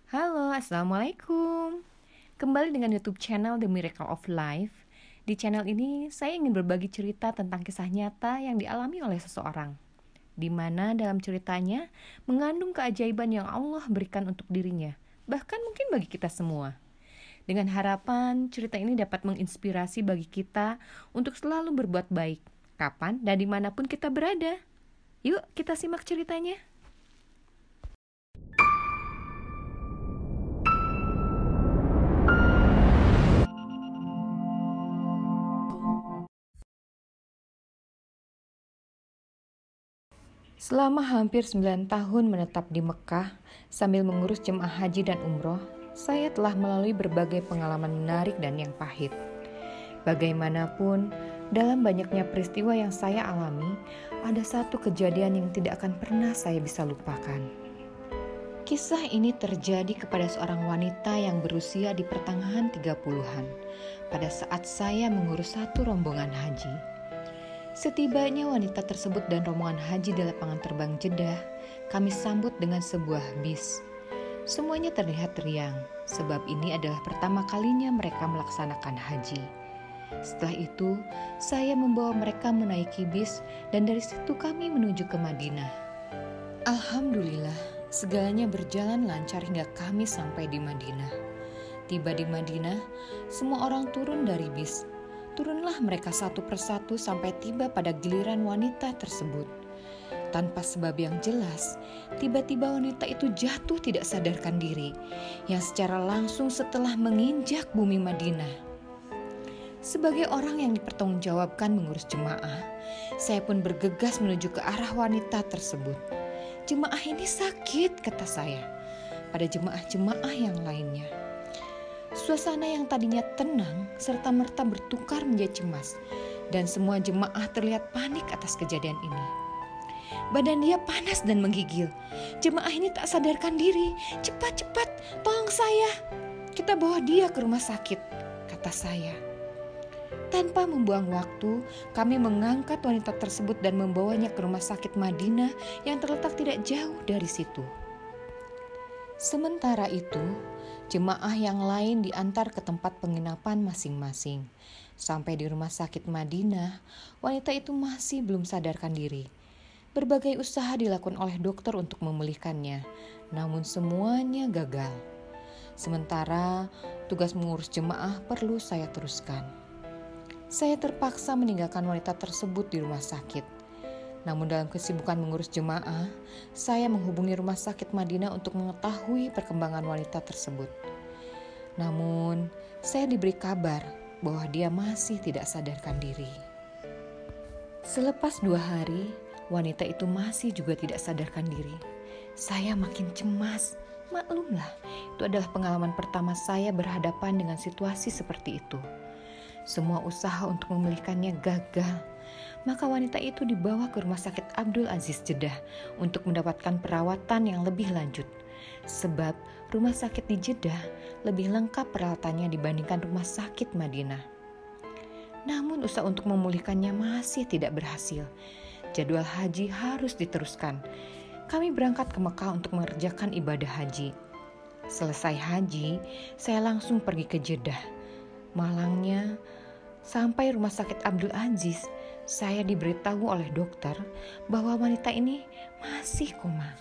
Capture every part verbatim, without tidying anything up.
Halo, Assalamualaikum. Kembali dengan YouTube channel The Miracle of Life. Di channel ini, saya ingin berbagi cerita tentang kisah nyata yang dialami oleh seseorang, di mana dalam ceritanya mengandung keajaiban yang Allah berikan untuk dirinya, bahkan mungkin bagi kita semua. Dengan harapan cerita ini dapat menginspirasi bagi kita untuk selalu berbuat baik, kapan dan dimanapun kita berada. Yuk kita simak ceritanya. Selama hampir sembilan tahun menetap di Mekah sambil mengurus jemaah haji dan umroh, saya telah melalui berbagai pengalaman menarik dan yang pahit. Bagaimanapun, dalam banyaknya peristiwa yang saya alami, ada satu kejadian yang tidak akan pernah saya bisa lupakan. Kisah ini terjadi kepada seorang wanita yang berusia di pertengahan tiga puluhan pada saat saya mengurus satu rombongan haji. Setibanya wanita tersebut dan rombongan haji di lapangan terbang Jeddah, kami sambut dengan sebuah bis. Semuanya terlihat riang, sebab ini adalah pertama kalinya mereka melaksanakan haji. Setelah itu, saya membawa mereka menaiki bis dan dari situ kami menuju ke Madinah. Alhamdulillah, segalanya berjalan lancar hingga kami sampai di Madinah. Tiba di Madinah, semua orang turun dari bis. Turunlah mereka satu persatu sampai tiba pada giliran wanita tersebut. Tanpa sebab yang jelas, tiba-tiba wanita itu jatuh tidak sadarkan diri, yang secara langsung setelah menginjak bumi Madinah. Sebagai orang yang dipertanggungjawabkan mengurus jemaah, saya pun bergegas menuju ke arah wanita tersebut. Jemaah ini sakit, kata saya, pada jemaah-jemaah yang lainnya. Suasana yang tadinya tenang serta-merta bertukar menjadi cemas dan semua jemaah terlihat panik atas kejadian ini. Badan dia panas dan menggigil. Jemaah ini tak sadarkan diri. Cepat-cepat, tolong saya. Kita bawa dia ke rumah sakit, kata saya. Tanpa membuang waktu, kami mengangkat wanita tersebut dan membawanya ke rumah sakit Madinah yang terletak tidak jauh dari situ. Sementara itu, jemaah yang lain diantar ke tempat penginapan masing-masing. Sampai di rumah sakit Madinah, wanita itu masih belum sadarkan diri. Berbagai usaha dilakukan oleh dokter untuk memulihkannya, namun semuanya gagal. Sementara tugas mengurus jemaah perlu saya teruskan. Saya terpaksa meninggalkan wanita tersebut di rumah sakit. Namun dalam kesibukan mengurus jemaah, saya menghubungi rumah sakit Madinah untuk mengetahui perkembangan wanita tersebut. Namun, saya diberi kabar bahwa dia masih tidak sadarkan diri. Selepas dua hari, wanita itu masih juga tidak sadarkan diri. Saya makin cemas. Maklumlah, itu adalah pengalaman pertama saya berhadapan dengan situasi seperti itu. Semua usaha untuk memulihkannya gagal. Maka wanita itu dibawa ke rumah sakit Abdul Aziz Jeddah untuk mendapatkan perawatan yang lebih lanjut. Sebab rumah sakit di Jeddah lebih lengkap peralatannya dibandingkan rumah sakit Madinah. Namun usaha untuk memulihkannya masih tidak berhasil. Jadwal haji harus diteruskan. Kami berangkat ke Mekah untuk mengerjakan ibadah haji. Selesai haji, saya langsung pergi ke Jeddah. Malangnya, sampai rumah sakit Abdul Aziz, saya diberitahu oleh dokter bahwa wanita ini masih koma.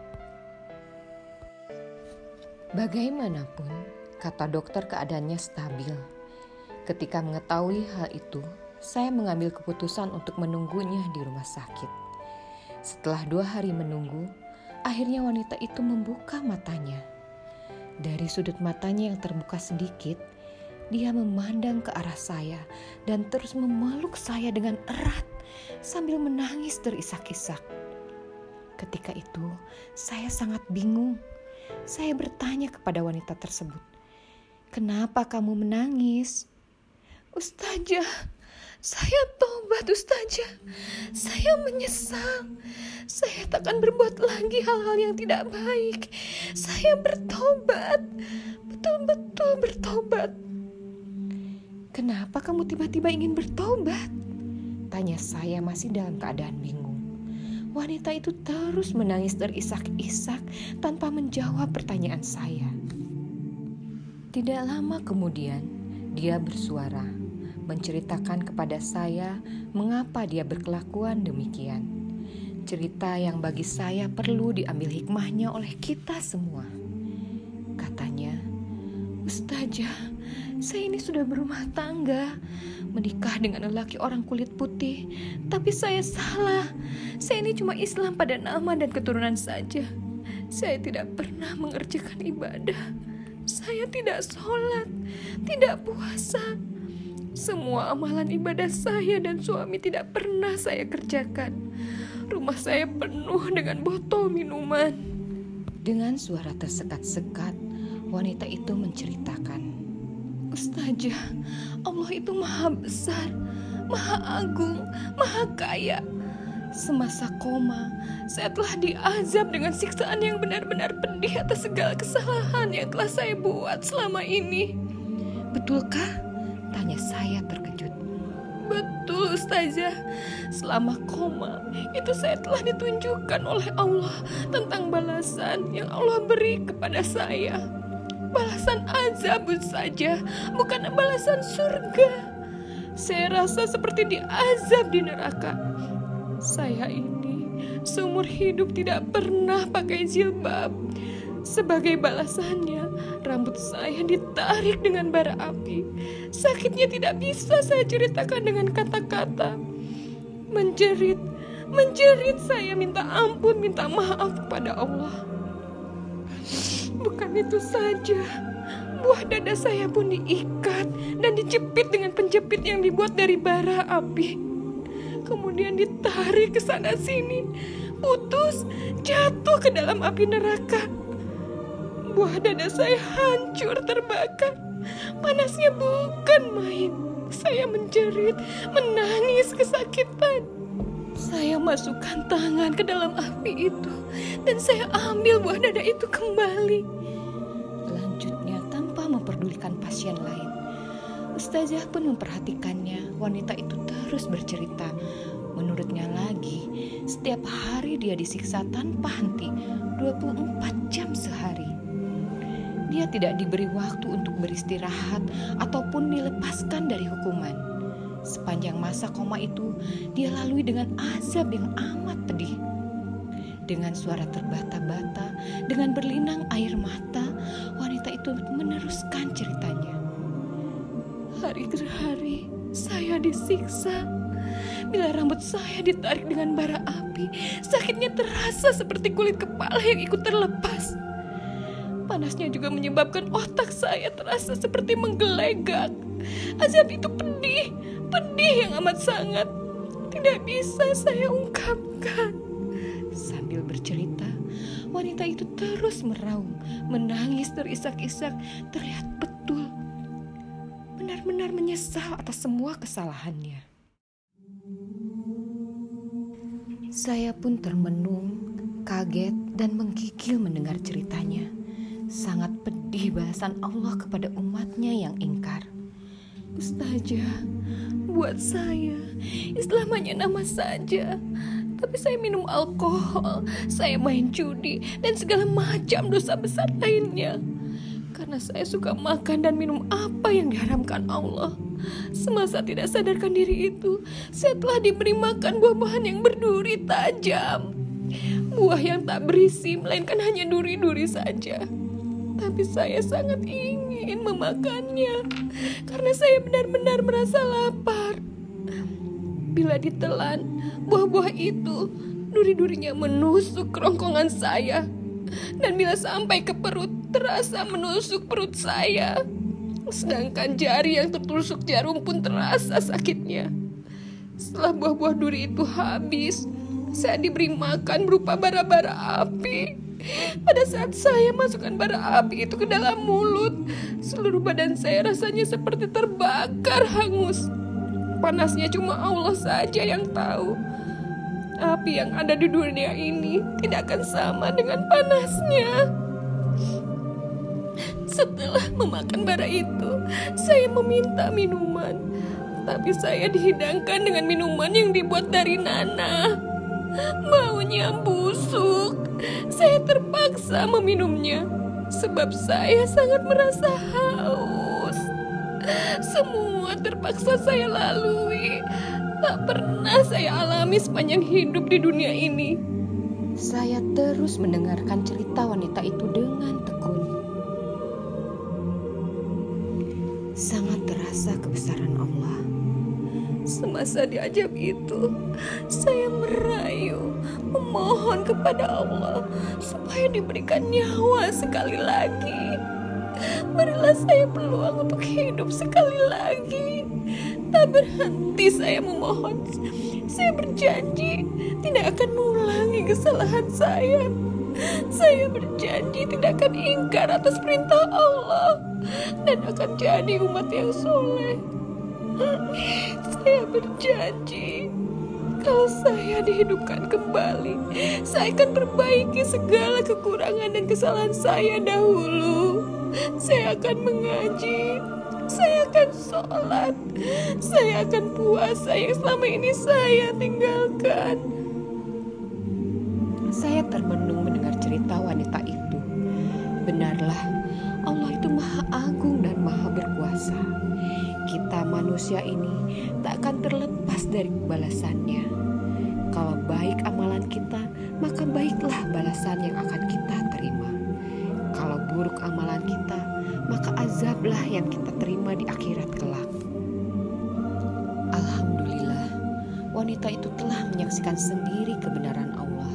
Bagaimanapun, kata dokter keadaannya stabil. Ketika mengetahui hal itu, saya mengambil keputusan untuk menunggunya di rumah sakit. Setelah dua hari menunggu, akhirnya wanita itu membuka matanya. Dari sudut matanya yang terbuka sedikit, dia memandang ke arah saya dan terus memeluk saya dengan erat sambil menangis terisak-isak. Ketika itu, saya sangat bingung. Saya bertanya kepada wanita tersebut, "Kenapa kamu menangis?" "Ustazah, saya tobat Ustazah. Saya menyesal. Saya takkan berbuat lagi hal-hal yang tidak baik. Saya bertobat, betul-betul bertobat." "Kenapa kamu tiba-tiba ingin bertobat?" tanya saya masih dalam keadaan bingung. wanita itu terus menangis terisak-isak tanpa menjawab pertanyaan saya. Tidak lama kemudian, dia bersuara, menceritakan kepada saya mengapa dia berkelakuan demikian. Cerita yang bagi saya perlu diambil hikmahnya oleh kita semua. Katanya, "Ustazah, saya ini sudah berumah tangga, menikah dengan lelaki orang kulit putih, tapi saya salah. Saya ini cuma Islam pada nama dan keturunan saja. Saya tidak pernah mengerjakan ibadah. Saya tidak sholat, tidak puasa. Semua amalan ibadah saya dan suami tidak pernah saya kerjakan. Rumah saya penuh dengan botol minuman." Dengan suara tersekat-sekat, wanita itu menceritakan, "Ustazah, Allah itu maha besar, maha agung, maha kaya. Semasa koma, saya telah diazab dengan siksaan yang benar-benar pedih atas segala kesalahan yang telah saya buat selama ini." "Betulkah?" tanya saya terkejut. "Betul, Ustazah. Selama koma, itu saya telah ditunjukkan oleh Allah tentang balasan yang Allah beri kepada saya. Balasan azab saja, bukan balasan surga. Saya rasa seperti diazab di neraka. Saya ini seumur hidup tidak pernah pakai jilbab. Sebagai balasannya, rambut saya ditarik dengan bara api. Sakitnya tidak bisa saya ceritakan dengan kata-kata. Menjerit, menjerit saya minta ampun, minta maaf kepada Allah. Bukan itu saja, buah dada saya pun diikat dan dijepit dengan penjepit yang dibuat dari bara api. Kemudian ditarik ke sana sini, putus, jatuh ke dalam api neraka. Buah dada saya hancur terbakar. Panasnya bukan main. Saya menjerit, menangis kesakitan. Saya masukkan tangan ke dalam api itu dan saya ambil buah dada itu kembali." Lanjutnya tanpa memperdulikan pasien lain, Ustazah pun memperhatikannya. Wanita itu terus bercerita. Menurutnya lagi, setiap hari dia disiksa tanpa henti, dua puluh empat jam sehari. Dia tidak diberi waktu untuk beristirahat ataupun dilepaskan dari hukuman. Sepanjang masa koma itu, dia lalui dengan azab yang amat pedih. Dengan suara terbata-bata, dengan berlinang air mata, wanita itu meneruskan ceritanya. "Hari ke hari, saya disiksa. Bila rambut saya ditarik dengan bara api, sakitnya terasa seperti kulit kepala yang ikut terlepas. Panasnya juga menyebabkan otak saya terasa seperti menggelegak. Azab itu pedih, pedih yang amat sangat. Tidak bisa saya ungkapkan." Sambil bercerita, wanita itu terus meraung, menangis terisak-isak, terlihat betul benar-benar menyesal atas semua kesalahannya. Saya pun termenung, kaget, dan menggigil mendengar ceritanya. Sangat pedih balasan Allah kepada umatnya yang ingkar. "Ustazah, buat saya Islam hanya nama saja. Tapi saya minum alkohol, saya main judi, dan segala macam dosa besar lainnya. Karena saya suka makan dan minum apa yang diharamkan Allah. Semasa tidak sadarkan diri itu, saya telah diberi makan buah-buahan yang berduri tajam. Buah yang tak berisi, melainkan hanya duri-duri saja. Tapi saya sangat ingin memakannya, karena saya benar-benar merasa lapar. Bila ditelan, buah-buah itu, duri-durinya menusuk kerongkongan saya. Dan bila sampai ke perut, terasa menusuk perut saya. Sedangkan jari yang tertusuk jarum pun terasa sakitnya. Setelah buah-buah duri itu habis, saya diberi makan berupa bara-bara api. Pada saat saya masukkan bara api itu ke dalam mulut, seluruh badan saya rasanya seperti terbakar hangus. Panasnya cuma Allah saja yang tahu. Api yang ada di dunia ini tidak akan sama dengan panasnya. Setelah memakan bara itu, saya meminta minuman. Tapi saya dihidangkan dengan minuman yang dibuat dari nanah. Baunya busuk. Saya terpaksa meminumnya sebab saya sangat merasa haus. Semua terpaksa saya lalui. Tak pernah saya alami sepanjang hidup di dunia ini. Saya terus mendengarkan cerita wanita itu dengan tekun. Sangat terasa kebesaran Allah. Semasa diajab itu, saya merayu, memohon kepada Allah supaya diberikan nyawa sekali lagi. Berilah saya peluang untuk hidup sekali lagi. Tak berhenti saya memohon. Saya berjanji tidak akan mengulangi kesalahan saya. Saya berjanji tidak akan ingkar atas perintah Allah dan akan jadi umat yang soleh. Saya berjanji kalau saya dihidupkan kembali, saya akan perbaiki segala kekurangan dan kesalahan saya dahulu. Saya akan mengaji, saya akan sholat, saya akan puasa yang selama ini saya tinggalkan. Saya termenung mendengar cerita wanita itu. Benarlah, Allah itu maha agung dan maha berkuasa. Kita manusia ini tak akan terlepas dari balasannya. Kalau baik amalan kita, maka baiklah balasan yang akan kita terima. Kalau buruk amalan kita, maka azablah yang kita terima di akhirat kelak. Alhamdulillah, wanita itu telah menyaksikan sendiri kebenaran Allah.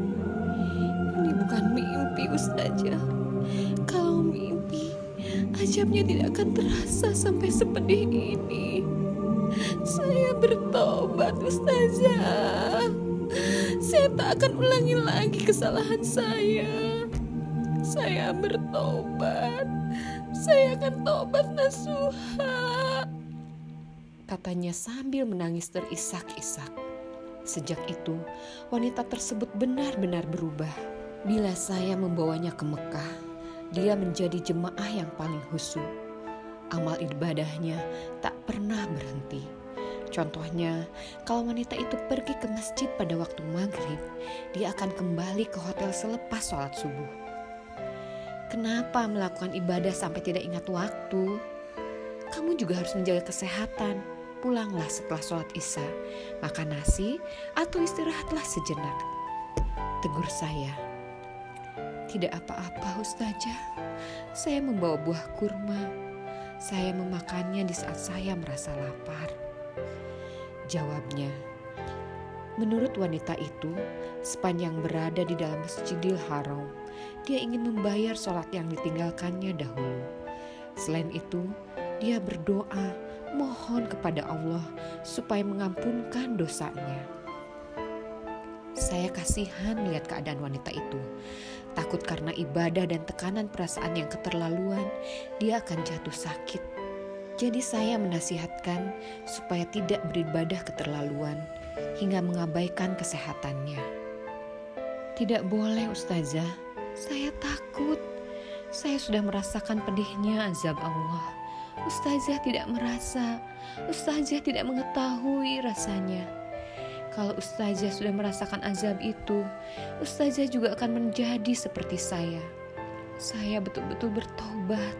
Ini bukan mimpi, Ustazah. Kalau mimpi, azabnya tidak akan terasa sampai sepedih ini. Saya bertobat, Ustazah. Saya tak akan ulangi lagi kesalahan saya. Saya bertobat. Saya akan tobat nasuha, katanya sambil menangis terisak-isak. Sejak itu, wanita tersebut benar-benar berubah. Bila saya membawanya ke Mekah, dia menjadi jemaah yang paling khusyuk. Amal ibadahnya tak pernah berhenti. Contohnya, kalau wanita itu pergi ke masjid pada waktu maghrib, dia akan kembali ke hotel selepas sholat subuh. Kenapa melakukan ibadah sampai tidak ingat waktu? Kamu juga harus menjaga kesehatan. Pulanglah setelah sholat isya, makan nasi atau istirahatlah sejenak, tegur saya. Tidak apa-apa, Ustazah. Saya membawa buah kurma. Saya memakannya di saat saya merasa lapar, jawabnya. Menurut wanita itu, sepanjang berada di dalam Masjidil Haram, dia ingin membayar sholat yang ditinggalkannya dahulu. Selain itu, dia berdoa, mohon kepada Allah supaya mengampunkan dosanya. Saya kasihan melihat keadaan wanita itu. Takut karena ibadah dan tekanan perasaan yang keterlaluan, dia akan jatuh sakit. Jadi saya menasihatkan supaya tidak beribadah keterlaluan hingga mengabaikan kesehatannya. Tidak boleh, Ustazah. Saya takut. Saya sudah merasakan pedihnya azab Allah. Ustazah tidak merasa. Ustazah tidak mengetahui rasanya. Kalau Ustazah sudah merasakan azab itu, Ustazah juga akan menjadi seperti saya. Saya betul-betul bertobat.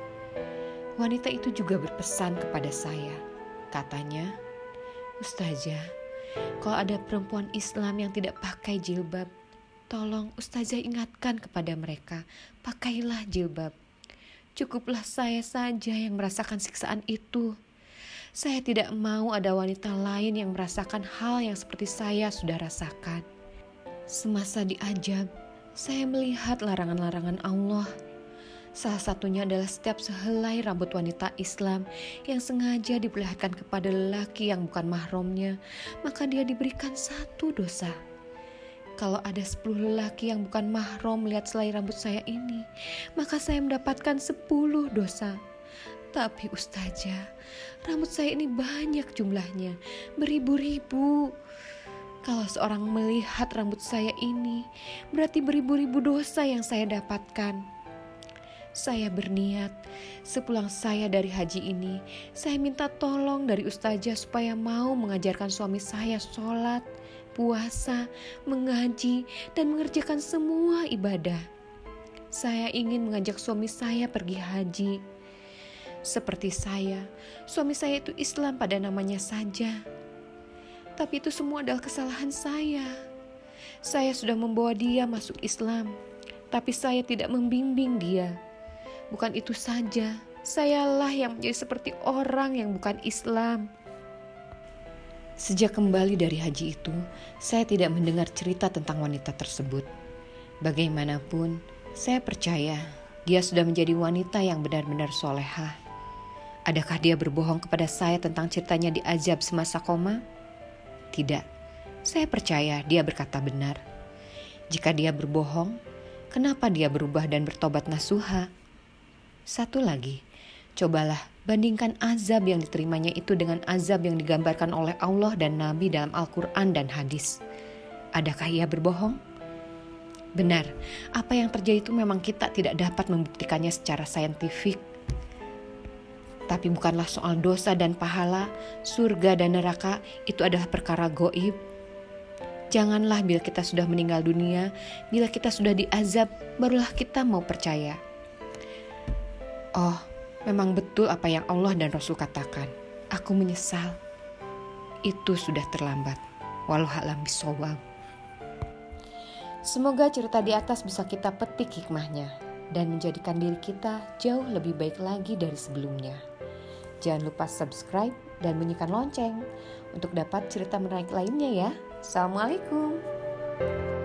Wanita itu juga berpesan kepada saya. Katanya, Ustazah, kalau ada perempuan Islam yang tidak pakai jilbab, tolong Ustazah ingatkan kepada mereka, pakailah jilbab. Cukuplah saya saja yang merasakan siksaan itu. Saya tidak mau ada wanita lain yang merasakan hal yang seperti saya sudah rasakan. Semasa diajab, saya melihat larangan-larangan Allah. Salah satunya adalah setiap sehelai rambut wanita Islam yang sengaja diperlihatkan kepada lelaki yang bukan mahramnya, maka dia diberikan satu dosa. Kalau ada sepuluh lelaki yang bukan mahram melihat selai rambut saya ini, maka saya mendapatkan sepuluh dosa. Tapi Ustazah, rambut saya ini banyak jumlahnya, beribu-ribu. Kalau seorang melihat rambut saya ini, berarti beribu-ribu dosa yang saya dapatkan. Saya berniat, sepulang saya dari haji ini, saya minta tolong dari Ustazah supaya mau mengajarkan suami saya sholat, puasa, mengaji, dan mengerjakan semua ibadah. Saya ingin mengajak suami saya pergi haji. Seperti saya, suami saya itu Islam pada namanya saja. Tapi itu semua adalah kesalahan saya. Saya sudah membawa dia masuk Islam, tapi saya tidak membimbing dia. Bukan itu saja, sayalah yang menjadi seperti orang yang bukan Islam. Sejak kembali dari haji itu, saya tidak mendengar cerita tentang wanita tersebut. Bagaimanapun, saya percaya dia sudah menjadi wanita yang benar-benar solehah. Adakah dia berbohong kepada saya tentang ceritanya di azab semasa koma? Tidak, saya percaya dia berkata benar. Jika dia berbohong, kenapa dia berubah dan bertobat nasuha? Satu lagi, cobalah bandingkan azab yang diterimanya itu dengan azab yang digambarkan oleh Allah dan Nabi dalam Al-Quran dan hadis. Adakah ia berbohong? Benar, apa yang terjadi itu memang kita tidak dapat membuktikannya secara saintifik. Tapi bukanlah soal dosa dan pahala, surga dan neraka, itu adalah perkara goib. Janganlah bila kita sudah meninggal dunia, bila kita sudah diazab, barulah kita mau percaya. Oh, memang betul apa yang Allah dan Rasul katakan. Aku menyesal. Itu sudah terlambat. Wallahualam bishawab. Semoga cerita di atas bisa kita petik hikmahnya dan menjadikan diri kita jauh lebih baik lagi dari sebelumnya. Jangan lupa subscribe dan bunyikan lonceng untuk dapat cerita menarik lainnya ya. Assalamualaikum.